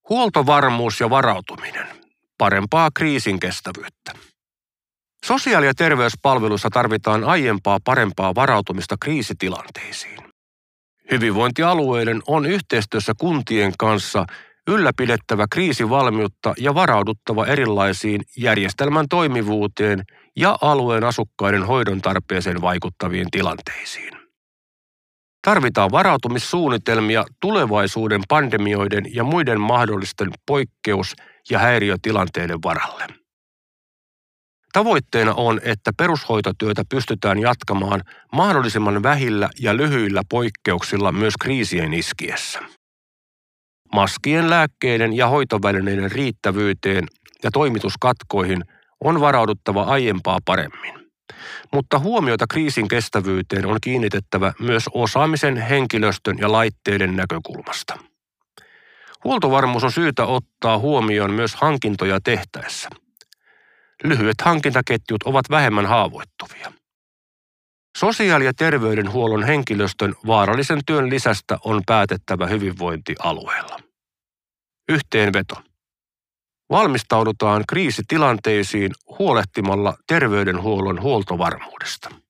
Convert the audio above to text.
Huoltovarmuus ja varautuminen. Parempaa kriisin kestävyyttä. Sosiaali- ja terveyspalveluissa tarvitaan aiempaa parempaa varautumista kriisitilanteisiin. Hyvinvointialueiden on yhteistyössä kuntien kanssa ylläpidettävä kriisivalmiutta ja varauduttava erilaisiin järjestelmän toimivuuteen ja alueen asukkaiden hoidon tarpeeseen vaikuttaviin tilanteisiin. Tarvitaan varautumissuunnitelmia tulevaisuuden pandemioiden ja muiden mahdollisten poikkeus- ja häiriötilanteiden varalle. Tavoitteena on, että perushoitotyötä pystytään jatkamaan mahdollisimman vähillä ja lyhyillä poikkeuksilla myös kriisien iskiessä. Maskien, lääkkeiden ja hoitovälineiden riittävyyteen ja toimituskatkoihin on varauduttava aiempaa paremmin. Mutta huomiota kriisin kestävyyteen on kiinnitettävä myös osaamisen, henkilöstön ja laitteiden näkökulmasta. Huoltovarmuus on syytä ottaa huomioon myös hankintoja tehtäessä. Lyhyet hankintaketjut ovat vähemmän haavoittuvia. Sosiaali- ja terveydenhuollon henkilöstön vaarallisen työn lisästä on päätettävä hyvinvointialueella. Yhteenveto. Valmistaudutaan kriisitilanteisiin huolehtimalla terveydenhuollon huoltovarmuudesta.